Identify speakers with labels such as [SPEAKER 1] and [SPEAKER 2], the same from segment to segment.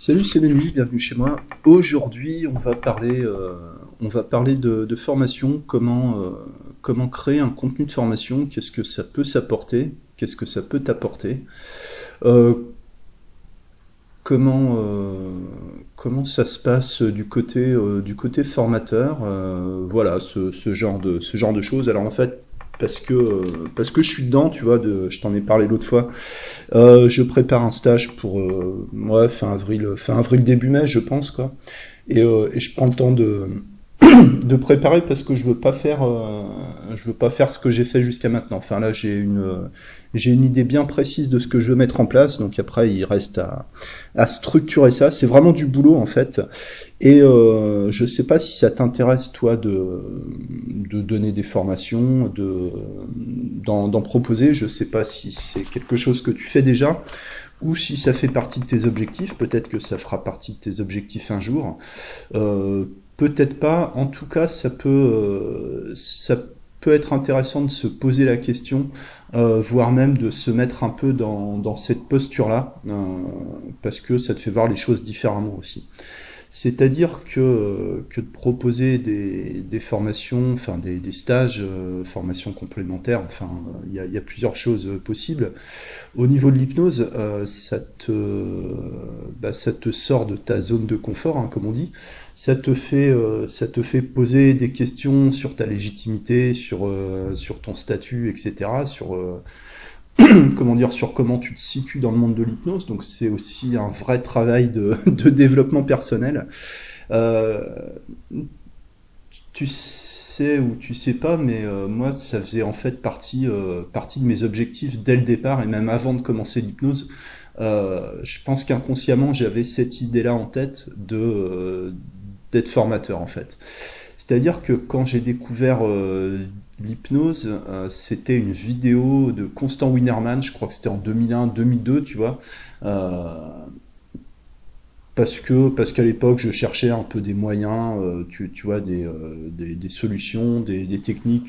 [SPEAKER 1] Salut, c'est Mehdi, bienvenue chez moi. Aujourd'hui, on va parler de formation, comment créer un contenu de formation, qu'est-ce que ça peut s'apporter, qu'est-ce que ça peut t'apporter, euh, comment, comment ça se passe du côté formateur, voilà, ce genre de choses. Alors en fait, parce que je suis dedans, tu vois, je t'en ai parlé l'autre fois. Je prépare un stage pour ouais, fin avril, début mai, je pense, quoi. Et je prends le temps de préparer parce que je veux pas faire ce que j'ai fait jusqu'à maintenant. Enfin là, j'ai une idée bien précise de ce que je veux mettre en place. Donc après, il reste à structurer ça. C'est vraiment du boulot en fait. Et je sais pas si ça t'intéresse toi de donner des formations, d'en proposer. Je sais pas si c'est quelque chose que tu fais déjà ou si ça fait partie de tes objectifs. Peut-être que ça fera partie de tes objectifs un jour. Peut-être pas. En tout cas, ça peut être intéressant de se poser la question, voire même de se mettre un peu dans cette posture-là, parce que ça te fait voir les choses différemment aussi. C'est-à-dire que de proposer des formations, enfin des stages, formations complémentaires, enfin il y a plusieurs choses possibles. Au niveau de l'hypnose, ça te sort de ta zone de confort, hein, comme on dit. Ça te fait poser des questions sur ta légitimité, sur ton statut, etc. Comment dire, sur comment tu te situes dans le monde de l'hypnose. Donc c'est aussi un vrai travail de développement personnel. Euh, Tu sais ou tu sais pas, mais moi, ça faisait en fait partie de mes objectifs dès le départ et même avant de commencer l'hypnose. Je pense qu'inconsciemment, j'avais cette idée-là en tête d'être formateur en fait. C'est-à-dire que quand j'ai découvert l'hypnose, c'était une vidéo de Constant Winerman, je crois que c'était en 2001-2002, tu vois. Euh, parce qu'à l'époque je cherchais un peu des moyens, tu vois, des solutions, des techniques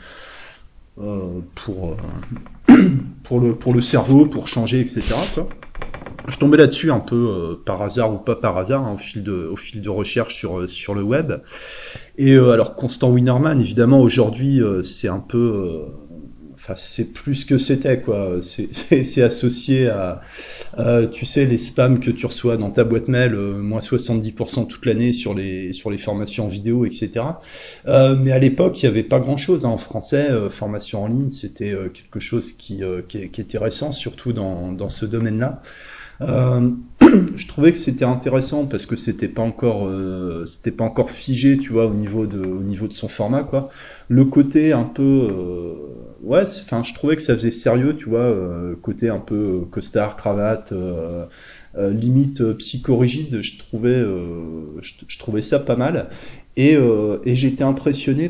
[SPEAKER 1] pour, pour le cerveau, pour changer, etc. Quoi. Je tombais là-dessus un peu par hasard ou pas par hasard, hein, au fil de recherche sur le web. Et alors Constant Winerman, évidemment, aujourd'hui, c'est un peu enfin c'est plus ce que c'était quoi, c'est associé à tu sais, les spams que tu reçois dans ta boîte mail, moins 70% toute l'année sur les formations en vidéo, etc. Mais à l'époque, il n'y avait pas grand-chose hein, en français. Formation en ligne, c'était quelque chose qui était récent, surtout dans ce domaine-là. Euh, je trouvais que c'était intéressant parce que c'était pas encore figé, tu vois, au niveau de son format, quoi. Le côté un peu, ouais, enfin, je trouvais que ça faisait sérieux, tu vois, côté un peu costard, cravate, limite psychorigide, je trouvais ça pas mal. Et j'étais impressionné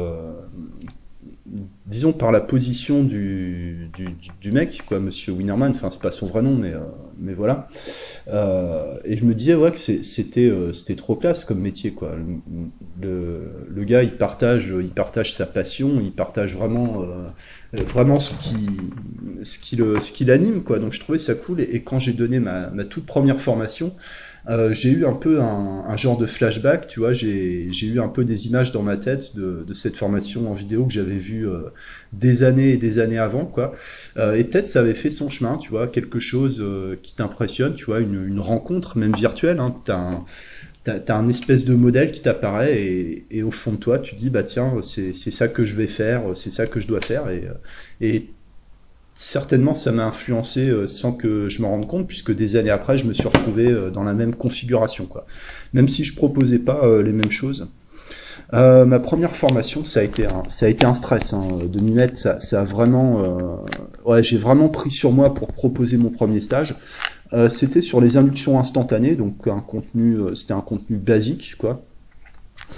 [SPEAKER 1] disons par la position du mec, quoi, Monsieur Winnerman. Enfin, c'est pas son vrai nom, mais voilà. Et je me disais ouais que c'était trop classe comme métier quoi. Le gars il partage sa passion, il partage vraiment vraiment ce qui l'anime quoi. Donc je trouvais ça cool et quand j'ai donné ma toute première formation, j'ai eu un peu un genre de flashback, tu vois, j'ai eu un peu des images dans ma tête de cette formation en vidéo que j'avais vue des années et des années avant, quoi. Et peut-être ça avait fait son chemin, tu vois, quelque chose qui t'impressionne, tu vois, une rencontre, même virtuelle, hein, t'as un espèce de modèle qui t'apparaît et au fond de toi, tu dis, bah tiens, c'est ça que je vais faire, c'est ça que je dois faire. Et certainement, ça m'a influencé sans que je m'en rende compte, puisque des années après, je me suis retrouvé dans la même configuration, quoi. Même si je proposais pas les mêmes choses. Ma première formation, ça a été un stress hein, de m'y mettre. Ça a vraiment, ouais, j'ai vraiment pris sur moi pour proposer mon premier stage. C'était sur les inductions instantanées, donc c'était un contenu basique, quoi.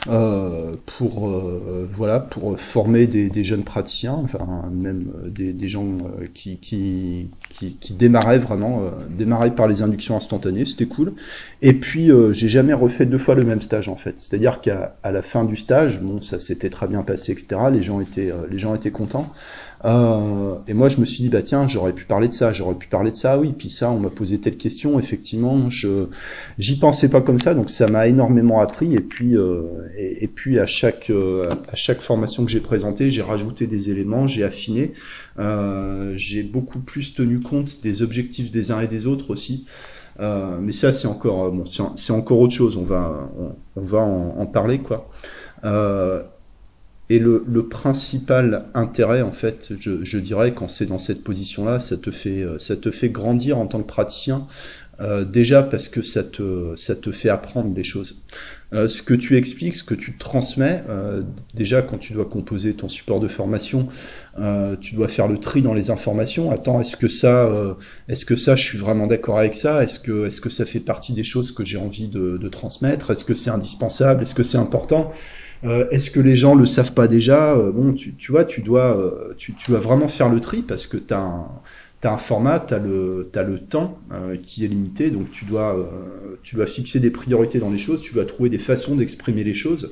[SPEAKER 1] voilà, pour former des jeunes praticiens, enfin même des gens qui démarraient vraiment, démarraient par les inductions instantanées, c'était cool. Et puis j'ai jamais refait deux fois le même stage en fait. C'est-à-dire qu'à la fin du stage, bon, ça s'était très bien passé, etc. Les gens étaient contents. Et moi, je me suis dit, bah tiens, j'aurais pu parler de ça, j'aurais pu parler de ça, oui. Puis ça, on m'a posé telle question. Effectivement, j'y pensais pas comme ça, donc ça m'a énormément appris. Et puis à chaque formation que j'ai présentée, j'ai rajouté des éléments, j'ai affiné. J'ai beaucoup plus tenu compte des objectifs des uns et des autres aussi. Mais ça, c'est encore bon, c'est encore autre chose. On va en parler quoi. Euh, et le principal intérêt, en fait, je dirais, quand c'est dans cette position-là, ça te fait grandir en tant que praticien. Déjà parce que ça te fait apprendre des choses. Ce que tu expliques, ce que tu transmets, déjà quand tu dois composer ton support de formation, tu dois faire le tri dans les informations. Attends, est-ce que ça, je suis vraiment d'accord avec ça? Est-ce que ça fait partie des choses que j'ai envie de transmettre? Est-ce que c'est indispensable? Est-ce que c'est important? Est-ce que les gens le savent pas déjà? Bon, tu vois, tu dois vraiment faire le tri parce que t'as un format, t'as le temps qui est limité, donc tu dois fixer des priorités dans les choses, tu dois trouver des façons d'exprimer les choses.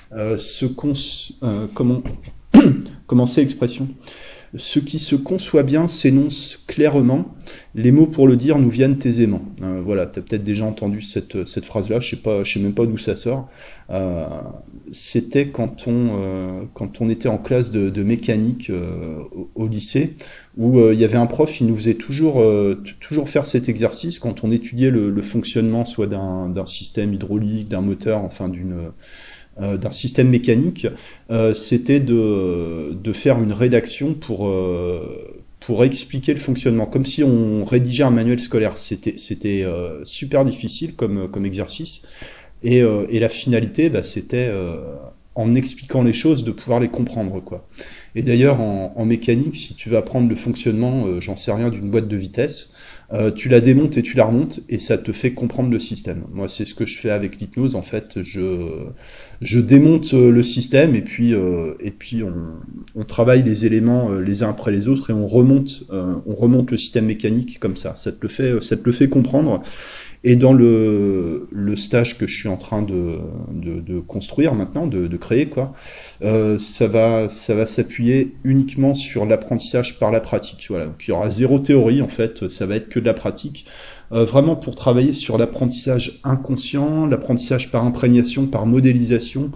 [SPEAKER 1] Comment, comment c'est l'expression? Ce qui se conçoit bien s'énonce clairement. Les mots pour le dire nous viennent aisément. Voilà, tu as peut-être déjà entendu cette phrase-là. Je sais même pas d'où ça sort. Euh, C'était quand on était en classe de mécanique au lycée, où il y avait un prof, il nous faisait toujours faire cet exercice quand on étudiait le fonctionnement soit d'un système hydraulique, d'un moteur, enfin d'un système mécanique, c'était de faire une rédaction pour expliquer le fonctionnement, comme si on rédigeait un manuel scolaire. C'était super difficile comme exercice. Et la finalité, bah, c'était en expliquant les choses, de pouvoir les comprendre, quoi. Et d'ailleurs, en mécanique, si tu veux apprendre le fonctionnement, j'en sais rien, d'une boîte de vitesse, tu la démontes et tu la remontes, et ça te fait comprendre le système. Moi, c'est ce que je fais avec l'hypnose. En fait, je démonte le système, et puis on travaille les éléments les uns après les autres, et on remonte le système mécanique comme ça. Ça te le fait comprendre. Et dans le stage que je suis en train de construire maintenant, de créer, quoi, ça va s'appuyer uniquement sur l'apprentissage par la pratique. Voilà. Donc, il y aura zéro théorie, en fait, ça va être que de la pratique. Vraiment pour travailler sur l'apprentissage inconscient, l'apprentissage par imprégnation, par modélisation,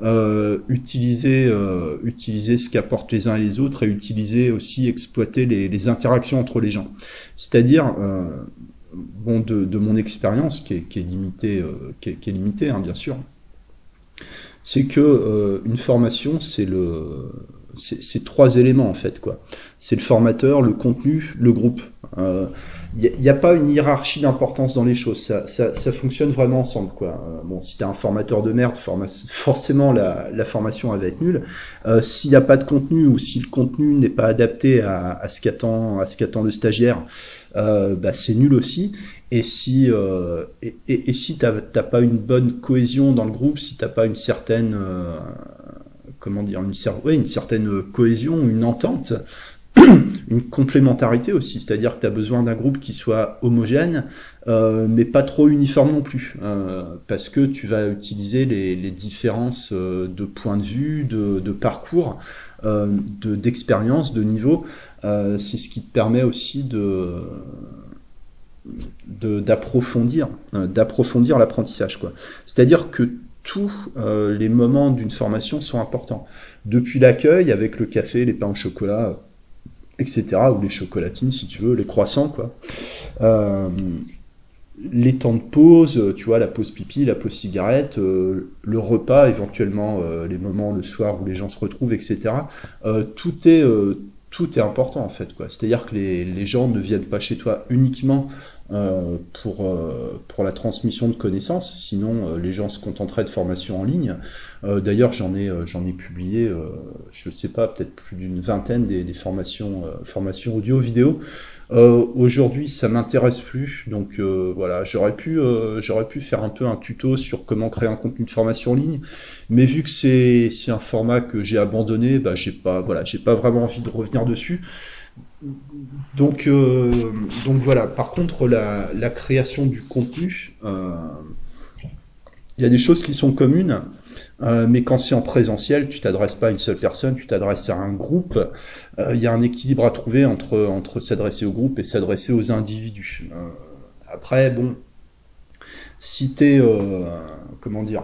[SPEAKER 1] utiliser ce qu'apportent les uns et les autres, et utiliser aussi, exploiter les interactions entre les gens. C'est-à-dire, bon, de mon expérience, qui est limitée, qui est limitée, hein, bien sûr, c'est que une formation, c'est trois éléments en fait, quoi. C'est le formateur, le contenu, le groupe. Il n'y a pas une hiérarchie d'importance dans les choses. Ça fonctionne vraiment ensemble, quoi. Bon, si t'es un formateur de merde, forcément la formation elle va être nulle. S'il n'y a pas de contenu, ou si le contenu n'est pas adapté à ce qu'attend le stagiaire, bah, c'est nul aussi. Et si t'as pas une bonne cohésion dans le groupe, si t'as pas une certaine comment dire ouais, une certaine cohésion, une entente, une complémentarité aussi, c'est-à-dire que tu as besoin d'un groupe qui soit homogène, mais pas trop uniforme non plus, parce que tu vas utiliser les différences de points de vue, de parcours, d'expérience, de niveau. C'est ce qui te permet aussi d'approfondir l'apprentissage, quoi. C'est-à-dire que tous les moments d'une formation sont importants. Depuis l'accueil, avec le café, les pains au chocolat, etc., ou les chocolatines, si tu veux, les croissants, quoi. Euh, les temps de pause, tu vois, la pause pipi, la pause cigarette, le repas, éventuellement les moments le soir où les gens se retrouvent, etc. Tout est important en fait, quoi. C'est-à-dire que les gens ne viennent pas chez toi uniquement pour la transmission de connaissances. Sinon, les gens se contenteraient de formations en ligne. D'ailleurs, j'en ai publié, je ne sais pas, peut-être plus d'une vingtaine des formations, formations audio, vidéo. Aujourd'hui, ça m'intéresse plus, donc voilà, j'aurais pu faire un peu un tuto sur comment créer un contenu de formation en ligne, mais vu que c'est un format que j'ai abandonné, bah j'ai pas vraiment envie de revenir dessus. Donc donc voilà. Par contre, la création du contenu, il y a des choses qui sont communes. Mais quand c'est en présentiel, tu t'adresses pas à une seule personne, tu t'adresses à un groupe. Il y a un équilibre à trouver entre s'adresser au groupe et s'adresser aux individus. Après, bon, si t'es, comment dire,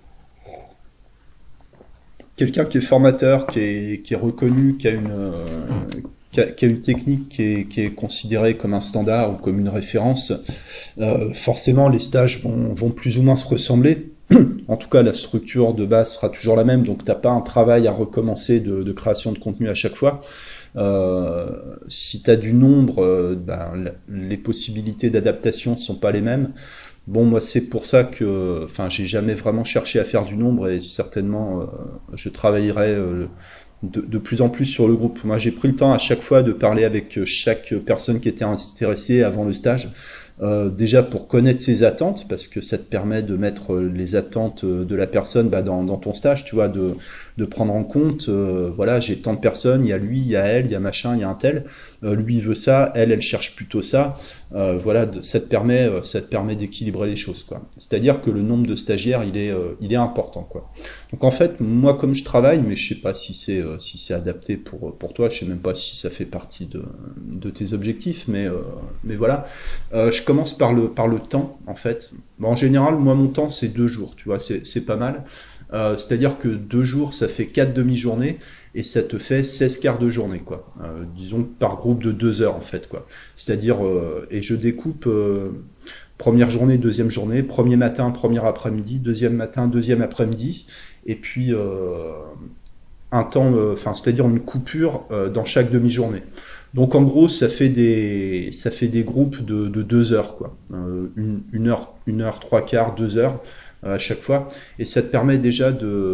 [SPEAKER 1] quelqu'un qui est formateur, qui est reconnu, qui a une technique qui est considérée comme un standard ou comme une référence, forcément les stages vont plus ou moins se ressembler. En tout cas, la structure de base sera toujours la même, donc t'as pas un travail à recommencer de création de contenu à chaque fois. Euh, Si tu as du nombre, les possibilités d'adaptation sont pas les mêmes. Bon, moi, c'est pour ça que, enfin, j'ai jamais vraiment cherché à faire du nombre et certainement, je travaillerai de plus en plus sur le groupe. Moi, j'ai pris le temps à chaque fois de parler avec chaque personne qui était intéressée avant le stage. Déjà pour connaître ses attentes, parce que ça te permet de mettre les attentes de la personne dans ton stage, tu vois, de prendre en compte, voilà, j'ai tant de personnes, il y a lui, il y a elle, il y a machin, il y a un tel, lui il veut ça, elle cherche plutôt ça, voilà, ça te permet d'équilibrer les choses, quoi. C'est-à-dire que le nombre de stagiaires, il est important, quoi. Donc en fait, moi comme je travaille, mais je sais pas si c'est adapté pour toi, je sais même pas si ça fait partie de tes objectifs, mais voilà. Je commence par le temps, en fait. Bon, en général, moi, mon temps, c'est 2 jours, tu vois, c'est pas mal. C'est-à-dire que 2 jours, ça fait 4 demi-journées et ça te fait 16 quarts de journée, quoi. Disons par groupe de 2 heures, en fait, quoi. C'est-à-dire, et je découpe première journée, deuxième journée, premier matin, premier après-midi, deuxième matin, deuxième après-midi, et puis un temps, enfin, c'est-à-dire une coupure dans chaque demi-journée. Donc en gros, ça fait des groupes de 2 heures, quoi. Une heure, trois quarts, 2 heures à chaque fois. Et ça te permet déjà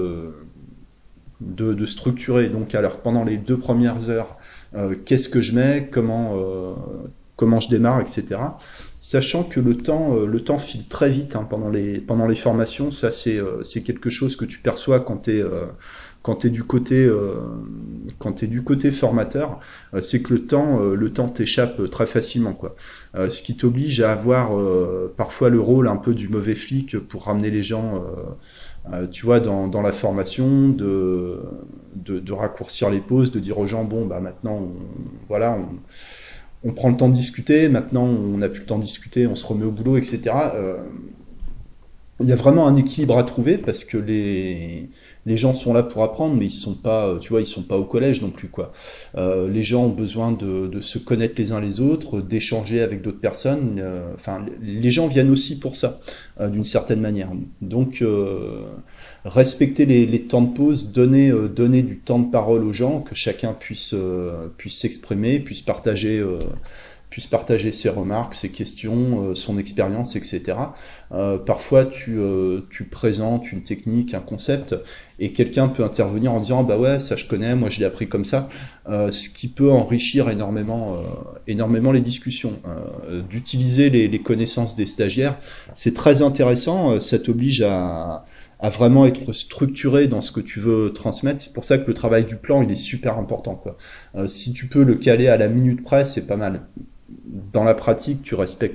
[SPEAKER 1] de structurer. Donc alors pendant les 2 premières heures, qu'est-ce que je mets, comment je démarre, etc. Sachant que le temps file très vite hein, pendant les formations, ça c'est quelque chose que tu perçois quand t'es du côté quand t'es du côté formateur, c'est que le temps t'échappe très facilement quoi. Ce qui t'oblige à avoir parfois le rôle un peu du mauvais flic pour ramener les gens tu vois, dans la formation, de raccourcir les pauses, de dire aux gens, bon, bah maintenant, voilà, on prend le temps de discuter, maintenant on n'a plus le temps de discuter, on se remet au boulot, etc. Il y a vraiment un équilibre à trouver parce que les gens sont là pour apprendre, mais ils sont pas, tu vois, ils sont pas au collège non plus, quoi. Les gens ont besoin de se connaître les uns les autres, d'échanger avec d'autres personnes. Enfin, les gens viennent aussi pour ça, d'une certaine manière. Donc, respecter les temps de pause, donner du temps de parole aux gens, que chacun puisse s'exprimer, puisse partager ses remarques, ses questions, son expérience, etc. Parfois, tu présentes une technique, un concept, et quelqu'un peut intervenir en disant bah ouais, ça je connais, moi je l'ai appris comme ça, ce qui peut enrichir énormément les discussions. D'utiliser les connaissances des stagiaires, c'est très intéressant, ça t'oblige à vraiment être structuré dans ce que tu veux transmettre. C'est pour ça que le travail du plan, il est super important, quoi. Si tu peux le caler à la minute près, c'est pas mal. Dans la pratique,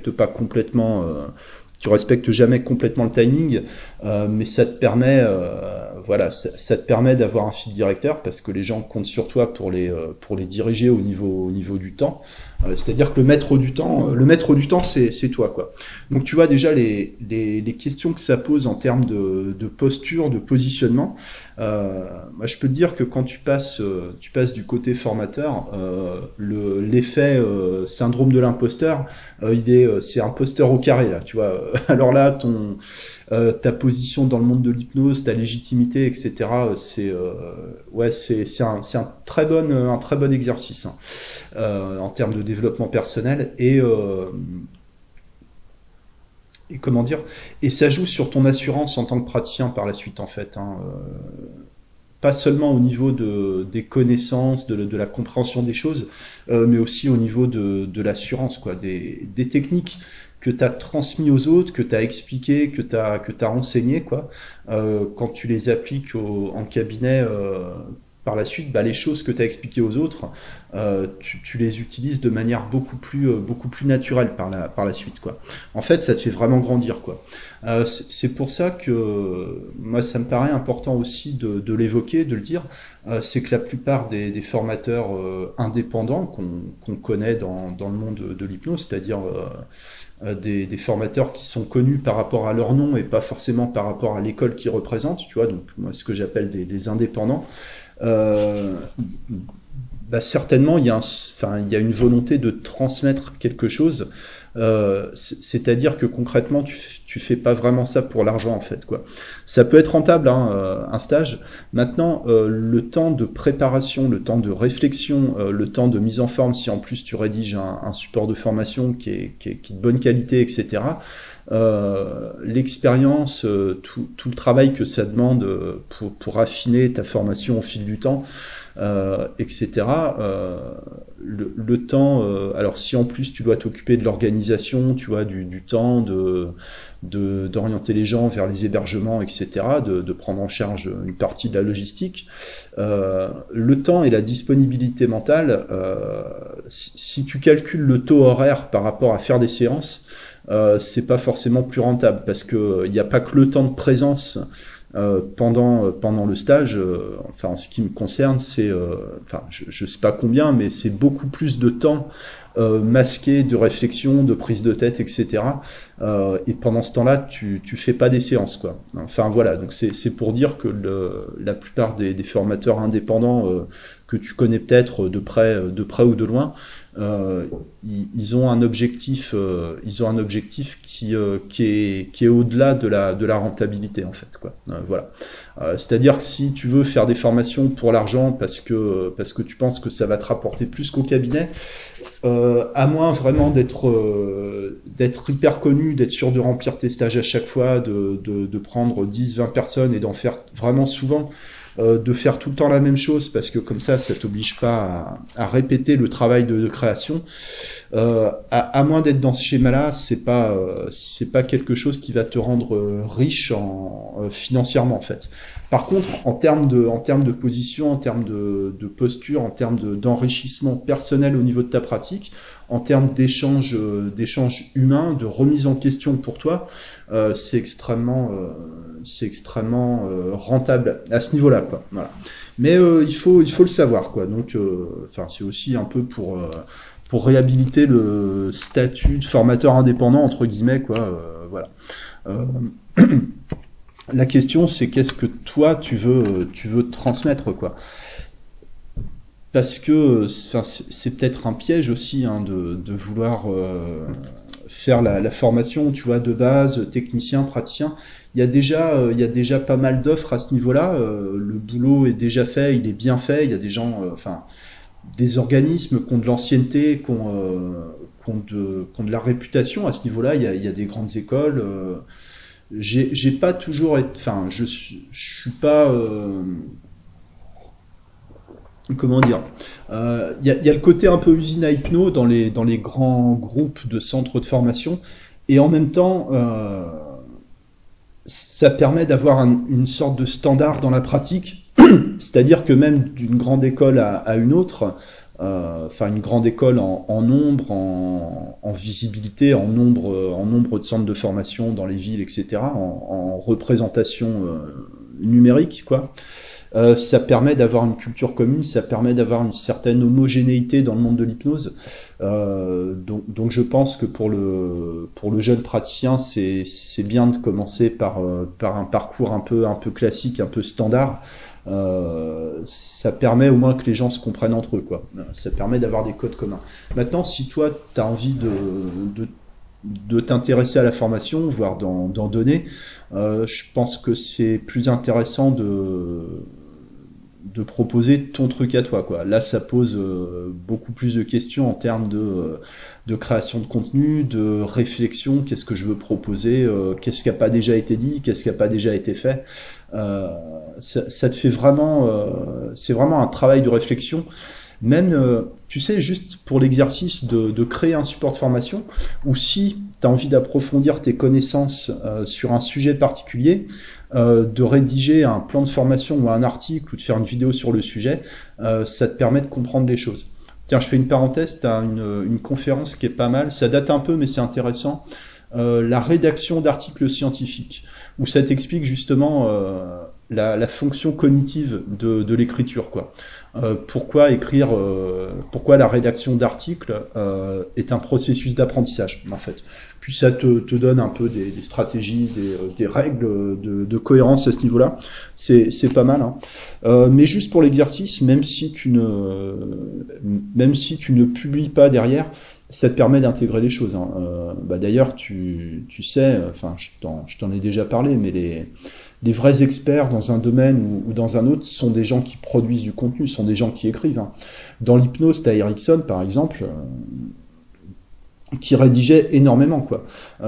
[SPEAKER 1] tu respectes jamais complètement le timing, mais ça te permet, voilà, ça te permet d'avoir un fil directeur parce que les gens comptent sur toi pour les diriger au niveau du temps. C'est-à-dire que le maître du temps, c'est toi, quoi. Donc tu vois déjà les questions que ça pose en termes de posture, de positionnement. Moi, je peux te dire que quand tu passes du côté formateur, l'effet syndrome de l'imposteur, c'est imposteur au carré là, tu vois. Alors là, ta position dans le monde de l'hypnose, ta légitimité, etc. Ouais, c'est un très bon exercice hein, en termes de développement personnel et comment dire, et ça joue sur ton assurance en tant que praticien par la suite en fait, hein. Pas seulement au niveau des connaissances, de la compréhension des choses, mais aussi au niveau de l'assurance, quoi, des techniques que tu as transmis aux autres, que tu as expliqué, que t'as enseigné, quoi. Quand tu les appliques en cabinet par la suite, bah, les choses que tu as expliquées aux autres, tu les utilises de manière beaucoup plus naturelle par la suite, quoi. En fait, ça te fait vraiment grandir, quoi. C'est pour ça que moi, ça me paraît important aussi de l'évoquer, de le dire. C'est que la plupart des formateurs indépendants qu'on connaît dans le monde de l'hypnose, c'est-à-dire des formateurs qui sont connus par rapport à leur nom et pas forcément par rapport à l'école qu'ils représentent, tu vois, donc moi, ce que j'appelle des indépendants, euh, bah, certainement, il y a une volonté de transmettre quelque chose. C'est-à-dire que concrètement, tu fais pas vraiment ça pour l'argent en fait, quoi. Ça peut être rentable, hein, un stage. Maintenant, le temps de préparation, le temps de réflexion, le temps de mise en forme, si en plus tu rédiges un support de formation qui est de bonne qualité, etc. L'expérience, tout le travail que ça demande pour affiner ta formation au fil du temps, etc. Le temps, alors si en plus tu dois t'occuper de l'organisation, tu vois, du temps, d'orienter les gens vers les hébergements, etc., de prendre en charge une partie de la logistique, le temps et la disponibilité mentale, si tu calcules le taux horaire par rapport à faire des séances, c'est pas forcément plus rentable parce que il n'y a pas que le temps de présence pendant le stage, enfin en ce qui me concerne, c'est, enfin je sais pas combien, mais c'est beaucoup plus de temps masqué de réflexion, de prise de tête, etc. Et pendant ce temps-là, tu fais pas des séances, quoi. Enfin voilà, donc c'est pour dire que la plupart des formateurs indépendants que tu connais peut-être de près ou de loin, euh, ils ont un objectif, qui est au-delà de la rentabilité en fait, quoi. Voilà. C'est-à-dire que si tu veux faire des formations pour l'argent parce que tu penses que ça va te rapporter plus qu'au cabinet, à moins vraiment d'être hyper connu, d'être sûr de remplir tes stages à chaque fois, de prendre 10, 20 personnes et d'en faire vraiment souvent, de faire tout le temps la même chose parce que comme ça t'oblige pas à répéter le travail de création. À moins d'être dans ce schéma-là, c'est pas quelque chose qui va te rendre riche financièrement en fait. Par contre, en termes de position, en termes de posture, en termes d'enrichissement personnel au niveau de ta pratique, en termes d'échange humain, de remise en question pour toi, c'est extrêmement rentable à ce niveau-là, quoi. Voilà. Mais il faut le savoir, quoi. Donc, enfin, c'est aussi un peu pour réhabiliter le statut de formateur indépendant entre guillemets, quoi. Voilà. Euh, la question c'est qu'est-ce que toi tu veux transmettre, quoi. Parce que enfin, c'est peut-être un piège aussi, hein, de vouloir faire la formation, tu vois, de base, technicien, praticien. Il y a déjà pas mal d'offres à ce niveau-là. Le boulot est déjà fait, il est bien fait. Il y a des gens, enfin, des organismes qui ont de l'ancienneté, qui ont de la réputation à ce niveau-là. Il y a des grandes écoles. J'ai pas toujours été, enfin, je suis pas, comment dire. Il y a le côté un peu usine à hypno dans les grands groupes de centres de formation, et en même temps, ça permet d'avoir une sorte de standard dans la pratique. C'est-à-dire que même d'une grande école à une autre, enfin une grande école en nombre, en visibilité, en nombre de centres de formation dans les villes, etc., en représentation numérique, quoi. Ça permet d'avoir une culture commune, ça permet d'avoir une certaine homogénéité dans le monde de l'hypnose. Donc je pense que pour le jeune praticien, c'est bien de commencer par un parcours un peu classique, un peu standard. Ça permet au moins que les gens se comprennent entre eux, quoi. Ça permet d'avoir des codes communs. Maintenant, si toi, tu as envie de t'intéresser à la formation, voire d'en donner, je pense que c'est plus intéressant de proposer ton truc à toi, quoi. Là, ça pose beaucoup plus de questions en termes de création de contenu, de réflexion. Qu'est-ce que je veux proposer, qu'est-ce qui n'a pas déjà été dit, qu'est-ce qui n'a pas déjà été fait. Euh, ça te fait vraiment, c'est vraiment un travail de réflexion. Même, tu sais, juste pour l'exercice de créer un support de formation, ou si tu as envie d'approfondir tes connaissances sur un sujet particulier, de rédiger un plan de formation ou un article ou de faire une vidéo sur le sujet, ça te permet de comprendre les choses. Tiens, je fais une parenthèse, tu as une conférence qui est pas mal, ça date un peu mais c'est intéressant, la rédaction d'articles scientifiques, où ça t'explique justement la fonction cognitive de l'écriture, quoi. Pourquoi écrire, pourquoi la rédaction d'articles est un processus d'apprentissage, en fait. Puis ça te donne un peu des stratégies, des règles de cohérence à ce niveau-là. C'est pas mal. Hein. Mais juste pour l'exercice, même si tu ne publies pas derrière, ça te permet d'intégrer les choses. Hein. D'ailleurs, tu sais, enfin, je t'en ai déjà parlé, mais les vrais experts dans un domaine ou dans un autre sont des gens qui produisent du contenu, sont des gens qui écrivent. Hein. Dans l'hypnose, tu as Erickson, par exemple, qui rédigeait énormément, quoi.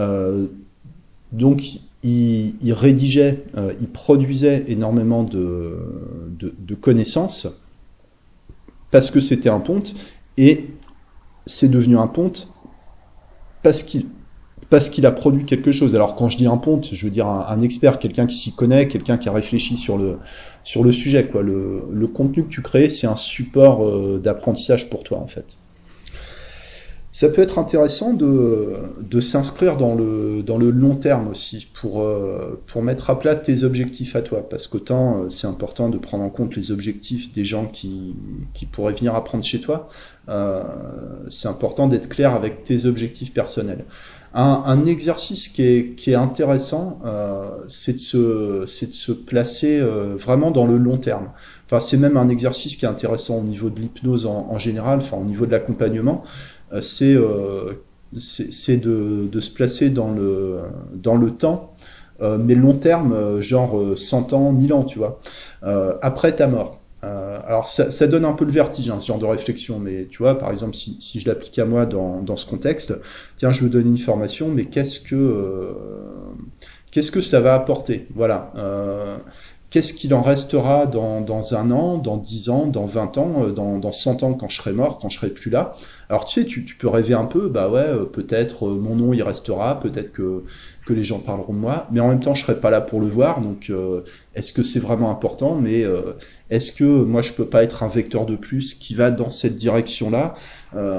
[SPEAKER 1] Donc, il rédigeait, il produisait énormément de connaissances parce que c'était un ponte, et c'est devenu un ponte parce qu'il a produit quelque chose. Alors quand je dis un ponte, je veux dire un expert, quelqu'un qui s'y connaît, quelqu'un qui a réfléchi sur le sujet. Quoi. Le contenu que tu crées, c'est un support d'apprentissage pour toi en fait. Ça peut être intéressant de s'inscrire dans le long terme aussi pour mettre à plat tes objectifs à toi. Parce qu'autant c'est important de prendre en compte les objectifs des gens qui pourraient venir apprendre chez toi, euh, c'est important d'être clair avec tes objectifs personnels. Un exercice qui est intéressant, c'est de se placer vraiment dans le long terme. Enfin, c'est même un exercice qui est intéressant au niveau de l'hypnose en général, enfin au niveau de l'accompagnement, euh, c'est euh, c'est de se placer dans le temps, mais long terme, genre 100 ans, 1000 ans, tu vois, après ta mort. Alors ça donne un peu le vertige, hein, ce genre de réflexion, mais tu vois, par exemple, si je l'applique à moi dans ce contexte, tiens, je veux donner une formation, mais qu'est-ce que ça va apporter? Voilà. Qu'est-ce qu'il en restera dans un an, dans 10 ans, dans 20 ans, dans 100 ans quand je serai mort, quand je serai plus là. Alors tu sais, tu peux rêver un peu, bah ouais, peut-être mon nom il restera, peut-être que les gens parleront de moi, mais en même temps je serai pas là pour le voir, donc est-ce que c'est vraiment important? Mais est-ce que moi je peux pas être un vecteur de plus qui va dans cette direction-là? euh,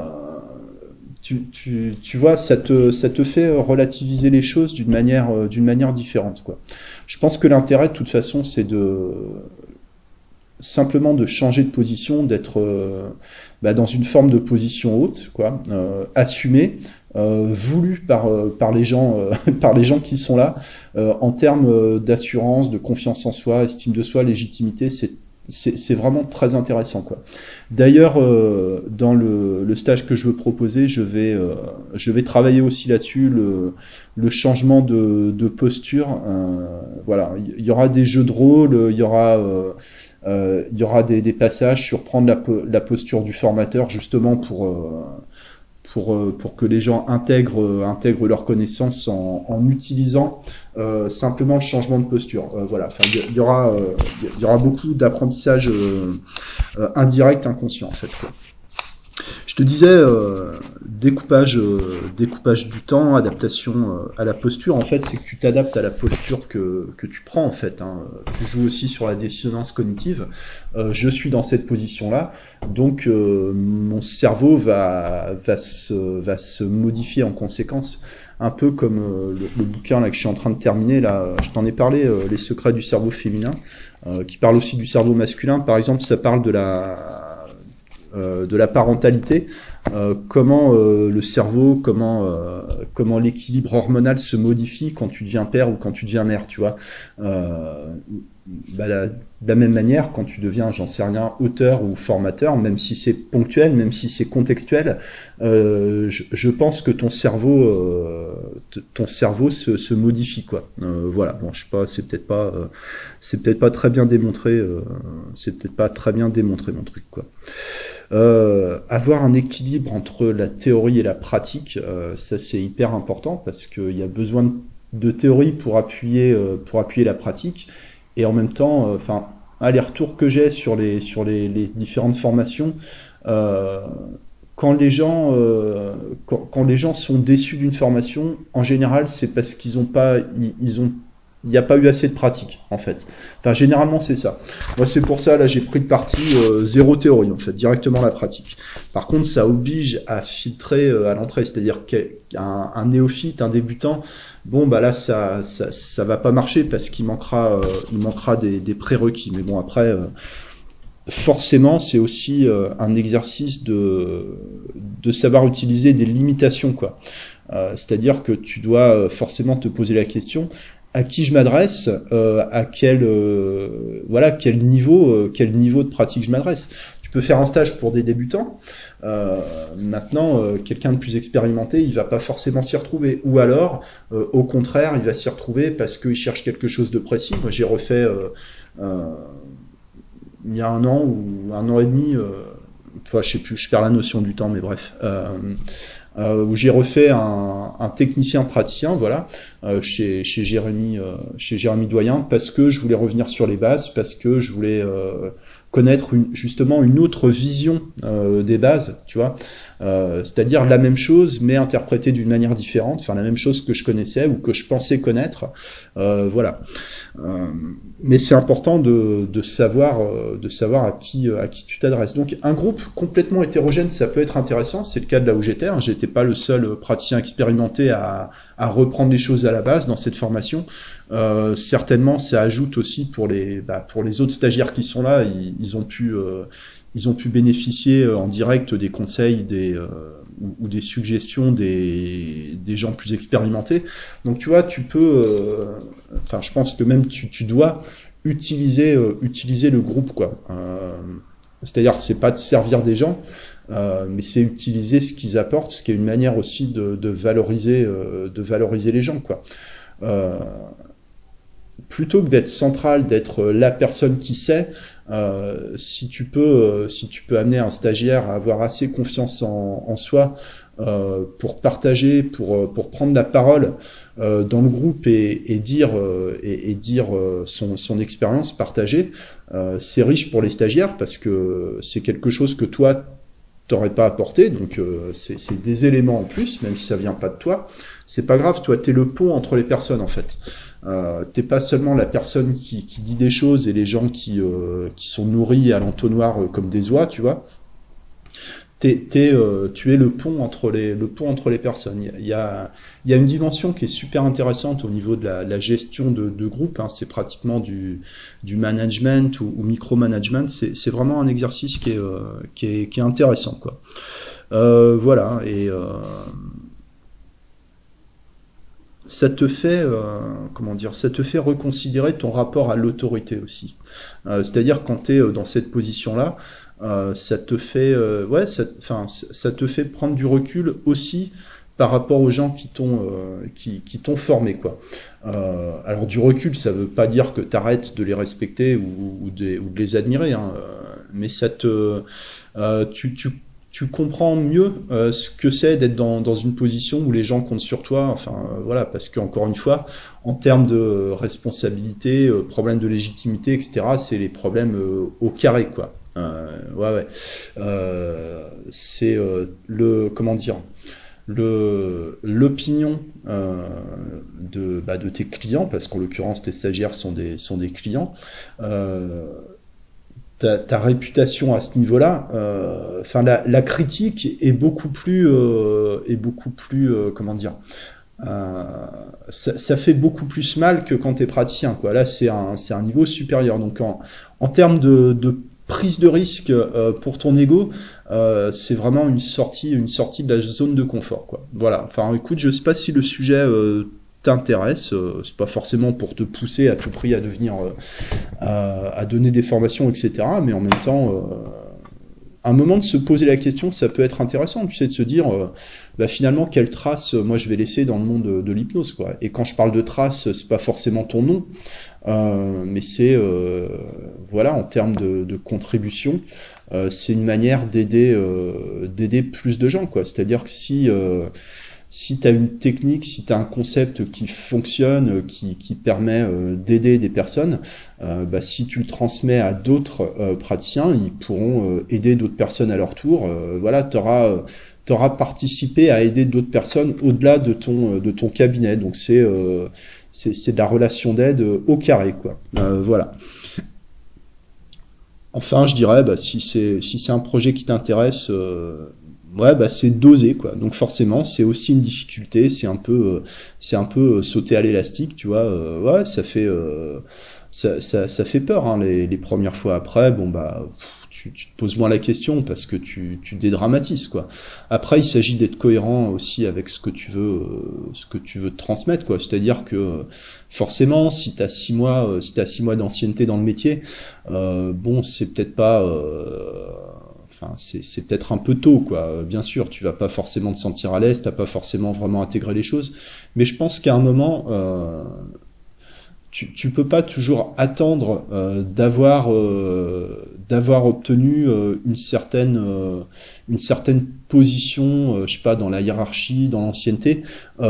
[SPEAKER 1] tu vois, ça te fait relativiser les choses d'une manière différente, quoi. Je pense que l'intérêt, de toute façon, c'est simplement de changer de position, d'être dans une forme de position haute, quoi, assumée, voulue par les gens, par les gens qui sont là, en termes d'assurance, de confiance en soi, estime de soi, légitimité, c'est vraiment très intéressant, quoi. D'ailleurs, dans le stage que je veux proposer, je vais travailler aussi là-dessus, le changement de posture. Voilà, il y aura des jeux de rôle, il y aura des passages sur prendre la posture du formateur, justement pour que les gens intègrent leurs connaissances en utilisant simplement le changement de posture. Voilà, enfin, il y aura beaucoup d'apprentissage indirect, inconscient en fait. Quoi. Je te disais, découpage du temps, adaptation à la posture, en fait, c'est que tu t'adaptes à la posture que tu prends, en fait. Hein. Tu joues aussi sur la dissonance cognitive. Je suis dans cette position-là, donc mon cerveau va se modifier en conséquence. Un peu comme le bouquin là, que je suis en train de terminer, là, je t'en ai parlé, Les secrets du cerveau féminin, qui parle aussi du cerveau masculin. Par exemple, ça parle de la parentalité, comment le cerveau, comment l'équilibre hormonal se modifie quand tu deviens père ou quand tu deviens mère, tu vois. Euh, de la même manière, quand tu deviens, j'en sais rien, auteur ou formateur, même si c'est ponctuel, même si c'est contextuel, je pense que ton cerveau se modifie, quoi. Voilà, bon, je sais pas, c'est peut-être pas très bien démontré, c'est peut-être pas très bien démontré mon truc, quoi. Avoir un équilibre entre la théorie et la pratique, ça c'est hyper important parce qu'il y a besoin de théorie pour appuyer la pratique. Et en même temps, enfin, les retours que j'ai les différentes formations, euh, quand les gens, quand les gens sont déçus d'une formation, en général, c'est parce qu'ils ont pas, ils ont, il n'y a pas eu assez de pratique, en fait. Enfin, généralement, c'est ça. Moi, c'est pour ça, là, j'ai pris le parti zéro théorie, en fait, directement la pratique. Par contre, ça oblige à filtrer à l'entrée, c'est-à-dire qu'un néophyte, un débutant, bon, bah là, ça va pas marcher parce il manquera des prérequis. Mais bon, après, forcément, c'est aussi un exercice de savoir utiliser des limitations, quoi. C'est-à-dire que tu dois forcément te poser la question à qui je m'adresse, à voilà, quel niveau de pratique je m'adresse. Tu peux faire un stage pour des débutants. Maintenant, quelqu'un de plus expérimenté, il va pas forcément s'y retrouver. Ou alors, au contraire, il va s'y retrouver parce qu'il cherche quelque chose de précis. Moi, j'ai refait euh, il y a un an ou un an et demi, enfin, je sais plus, je perds la notion du temps, mais bref, où j'ai refait un technicien praticien, voilà, chez Jérémy Doyen, parce que je voulais revenir sur les bases, parce que je voulais connaître justement une autre vision des bases, tu vois, c'est-à-dire la même chose mais interprétée d'une manière différente, enfin la même chose que je connaissais ou que je pensais connaître, voilà. Euh, mais c'est important de savoir à qui tu t'adresses. Donc un groupe complètement hétérogène, ça peut être intéressant. C'est le cas de là où j'étais. Hein. J'étais pas le seul praticien expérimenté à reprendre les choses à la base dans cette formation. Certainement, ça ajoute aussi pour les autres stagiaires qui sont là. Ils ont pu bénéficier en direct des conseils ou des suggestions des gens plus expérimentés. Donc tu vois, tu peux, enfin, je pense que même tu dois utiliser le groupe, quoi. C'est-à-dire, c'est pas de servir des gens, mais c'est utiliser ce qu'ils apportent, ce qui est une manière aussi de valoriser les gens, quoi. Euh, Plutôt que d'être central, d'être la personne qui sait, si tu peux amener un stagiaire à avoir assez confiance en soi pour partager, pour prendre la parole dans le groupe et dire son expérience partagée, c'est riche pour les stagiaires parce que c'est quelque chose que toi t'aurais pas apporté, donc c'est des éléments en plus, même si ça vient pas de toi. C'est pas grave, toi t'es le pont entre les personnes en fait. T'es pas seulement la personne qui dit des choses et les gens qui sont nourris à l'entonnoir comme des oies, tu vois. Tu es le pont entre les personnes. Il y a une dimension qui est super intéressante au niveau de la gestion de groupe. Hein. C'est pratiquement du management ou micromanagement. C'est vraiment un exercice qui est intéressant, quoi. Voilà. Et ça te fait, comment dire, ça te fait reconsidérer ton rapport à l'autorité aussi. C'est-à-dire quand tu es dans cette position-là, ça te fait, ouais, enfin, ça te fait prendre du recul aussi par rapport aux gens qui t'ont formé, quoi. Alors du recul, ça veut pas dire que tu arrêtes de les respecter ou de les admirer, hein, mais tu comprends mieux ce que c'est d'être dans une position où les gens comptent sur toi. Enfin, voilà, parce qu'encore une fois, en termes de responsabilité, problème de légitimité, etc., c'est les problèmes au carré, quoi. Ouais, ouais. C'est comment dire, l'opinion de tes clients, parce qu'en l'occurrence tes stagiaires sont des clients, euh, ta réputation à ce niveau-là, enfin la critique est beaucoup plus, comment dire, euh, ça fait beaucoup plus mal que quand tu es praticien, quoi. Là, c'est un niveau supérieur. Donc, en termes de prise de risque pour ton ego, c'est vraiment une sortie de la zone de confort, quoi. Voilà. Enfin, écoute, je sais pas si le sujet t'intéresse. C'est pas forcément pour te pousser à tout prix à devenir, à donner des formations, etc. Mais en même temps, un moment de se poser la question, ça peut être intéressant, tu sais, de se dire, bah, finalement, quelle trace moi je vais laisser dans le monde de l'hypnose, quoi. Et quand je parle de trace, c'est pas forcément ton nom, mais c'est, voilà, en termes de contribution, c'est une manière d'aider plus de gens, quoi. C'est-à-dire que si tu as une technique, si tu as un concept qui fonctionne, qui permet d'aider des personnes, bah, si tu le transmets à d'autres praticiens, ils pourront aider d'autres personnes à leur tour. Voilà, tu auras participé à aider d'autres personnes au-delà de ton cabinet. Donc c'est de la relation d'aide au carré, quoi. Voilà. Enfin, je dirais, bah, si c'est un projet qui t'intéresse, ouais, bah, c'est dosé, quoi. Donc forcément, c'est aussi une difficulté. C'est un peu sauter à l'élastique, tu vois. Ouais, ça fait peur, hein, les premières fois. Après, bon bah, tu te poses moins la question parce que tu dédramatises, quoi. Après, il s'agit d'être cohérent aussi avec ce que tu veux te transmettre, quoi. C'est-à-dire que forcément, si t'as 6 mois d'ancienneté dans le métier, bon, c'est peut-être pas, enfin, c'est peut-être un peu tôt, quoi. Bien sûr, tu vas pas forcément te sentir à l'aise, t'as pas forcément vraiment intégré les choses, mais je pense qu'à un moment, tu peux pas toujours attendre d'avoir obtenu une certaine position, je sais pas, dans la hiérarchie, dans l'ancienneté,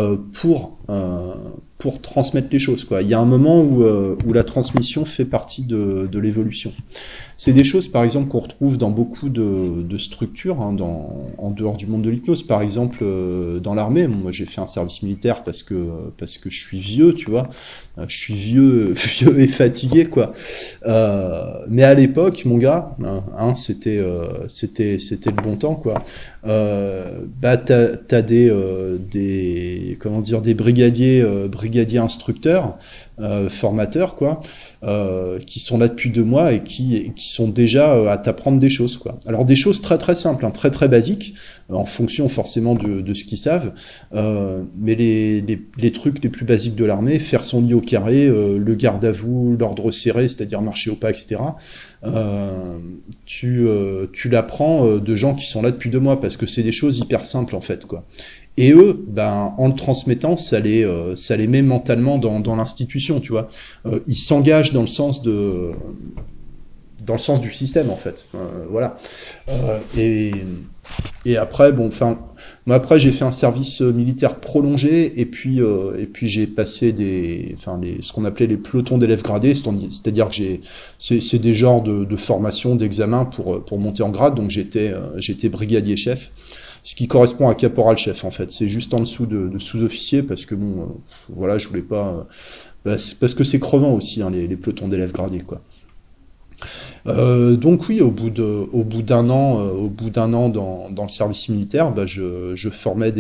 [SPEAKER 1] pour transmettre les choses, quoi. Il y a un moment où la transmission fait partie de l'évolution. C'est des choses, par exemple, qu'on retrouve dans beaucoup de structures, hein, en dehors du monde de l'hypnose. Par exemple, dans l'armée, moi j'ai fait un service militaire parce que je suis vieux, tu vois. Je suis vieux, vieux et fatigué, quoi. Mais à l'époque, mon gars, hein, c'était le bon temps, quoi. Bah t'as comment dire, des brigadiers instructeurs, formateurs, quoi, qui sont là depuis 2 mois et qui sont déjà à t'apprendre des choses, quoi. Alors des choses très très simples, hein, très très basiques, en fonction forcément de ce qu'ils savent, mais les trucs les plus basiques de l'armée, faire son lit au carré, le garde à vous, l'ordre serré, c'est-à-dire marcher au pas, etc. Euh, tu l'apprends de gens qui sont là depuis 2 mois parce que c'est des choses hyper simples en fait, quoi. Et eux, ben, en le transmettant, ça les met mentalement dans l'institution, tu vois. Ils s'engagent dans le sens du système, en fait. Voilà. Euh, et, et après, bon, enfin, moi après j'ai fait un service militaire prolongé et puis j'ai passé ce qu'on appelait les pelotons d'élèves gradés, c'est-à-dire que c'est des genres de formation, d'examen pour monter en grade. Donc j'étais brigadier chef, ce qui correspond à caporal chef en fait. C'est juste en dessous de sous-officier parce que bon, voilà, je voulais pas, parce que c'est crevant aussi, hein, les pelotons d'élèves gradés, quoi. Donc oui, au bout d'un an dans le service militaire, bah, je formais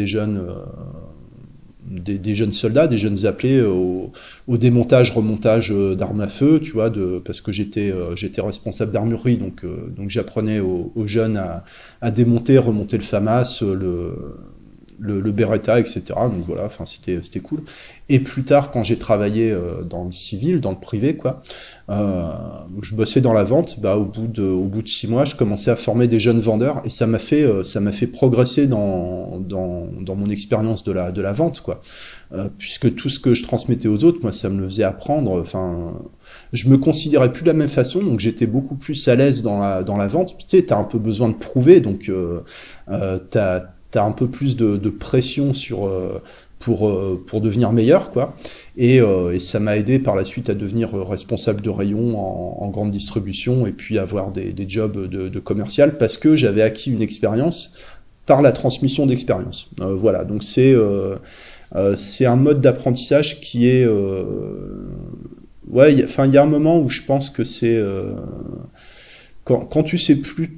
[SPEAKER 1] des jeunes soldats, des jeunes appelés au démontage, remontage d'armes à feu, tu vois, parce que j'étais responsable d'armurerie, donc j'apprenais aux jeunes à démonter, remonter le FAMAS, le Beretta, etc. Donc voilà, enfin c'était cool. Et plus tard, quand j'ai travaillé dans le civil, dans le privé, quoi, je bossais dans la vente. Bah, au bout de 6 mois, je commençais à former des jeunes vendeurs et ça m'a fait progresser dans mon expérience de la vente, quoi. Puisque tout ce que je transmettais aux autres, moi, ça me le faisait apprendre. Enfin, je me considérais plus de la même façon, donc j'étais beaucoup plus à l'aise dans la vente. Tu sais, t'as un peu besoin de prouver, donc t'as un peu plus de pression pour devenir meilleur, quoi. Et ça m'a aidé par la suite à devenir responsable de rayon en grande distribution et puis avoir des jobs de commercial parce que j'avais acquis une expérience par la transmission d'expérience. Voilà, donc c'est un mode d'apprentissage qui est ouais, enfin il y a un moment où je pense que c'est quand tu sais plus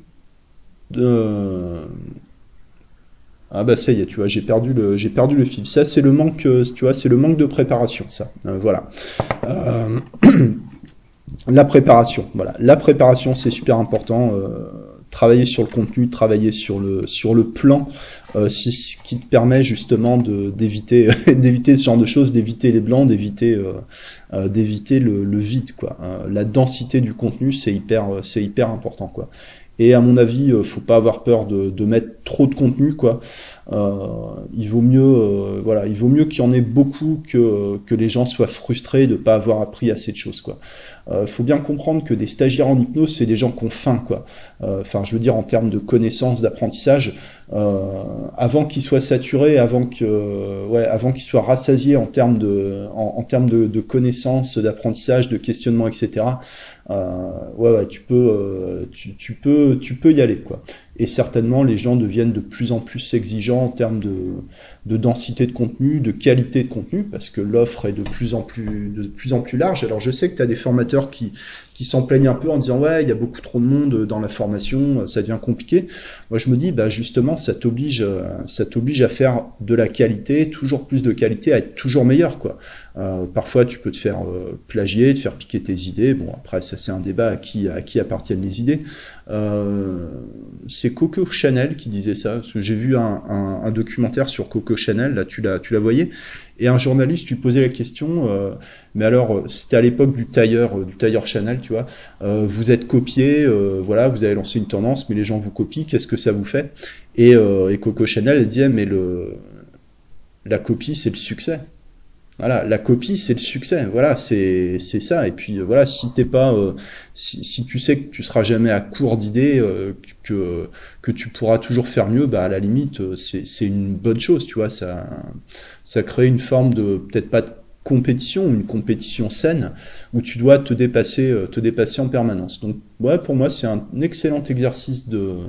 [SPEAKER 1] ah bah ça y est, tu vois, j'ai perdu le fil. Ça c'est le manque, tu vois, c'est le manque de préparation, ça. Voilà. Euh, la préparation, voilà. La préparation, c'est super important. Travailler sur le contenu, travailler sur le plan, c'est ce qui te permet justement d'éviter d'éviter ce genre de choses, d'éviter les blancs, d'éviter le vide, quoi. La densité du contenu, c'est hyper important, quoi. Et à mon avis, faut pas avoir peur de mettre trop de contenu, quoi. Euh, il vaut mieux, voilà, il vaut mieux qu'il y en ait beaucoup que les gens soient frustrés de ne pas avoir appris assez de choses, quoi. Faut bien comprendre que des stagiaires en hypnose, c'est des gens qui ont faim, quoi. Enfin, je veux dire en termes de connaissances, d'apprentissage, avant qu'ils soient saturés, avant qu'ils soient rassasiés en termes en termes de connaissances, d'apprentissage, de questionnement, etc. Ouais, tu peux y aller, quoi. Et certainement, les gens deviennent de plus en plus exigeants en termes de densité de contenu, de qualité de contenu, parce que l'offre est de plus en plus large. Alors, je sais que tu as des formateurs qui s'en plaignent un peu en disant ouais, il y a beaucoup trop de monde dans la formation, ça devient compliqué. Moi, je me dis, bah justement, ça t'oblige à faire de la qualité, toujours plus de qualité, à être toujours meilleur, quoi. Parfois, tu peux te faire plagier, te faire piquer tes idées. Bon, après, ça c'est un débat à qui appartiennent les idées. Euh, c'est Coco Chanel qui disait ça, parce que j'ai vu un documentaire sur Coco Chanel, là tu la voyais, et un journaliste lui posait la question, mais alors c'était à l'époque du tailleur Chanel, tu vois, vous êtes copié, voilà, vous avez lancé une tendance, mais les gens vous copient, qu'est-ce que ça vous fait? Et Coco Chanel elle disait, mais la copie c'est le succès. Voilà, la copie, c'est le succès. Voilà, c'est ça. Et puis voilà, si tu sais que tu seras jamais à court d'idées, que tu pourras toujours faire mieux, bah à la limite, c'est une bonne chose. Tu vois, ça crée une forme de peut-être pas de compétition, une compétition saine où tu dois te dépasser en permanence. Donc ouais, pour moi, c'est un excellent exercice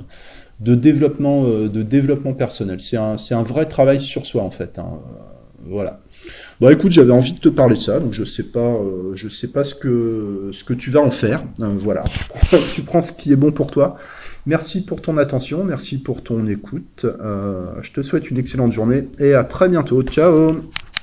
[SPEAKER 1] de développement personnel. C'est un vrai travail sur soi en fait, hein. Voilà. Bon, écoute, j'avais envie de te parler de ça, donc je sais pas ce que tu vas en faire. Voilà, tu prends ce qui est bon pour toi. Merci pour ton attention, merci pour ton écoute. Je te souhaite une excellente journée et à très bientôt. Ciao!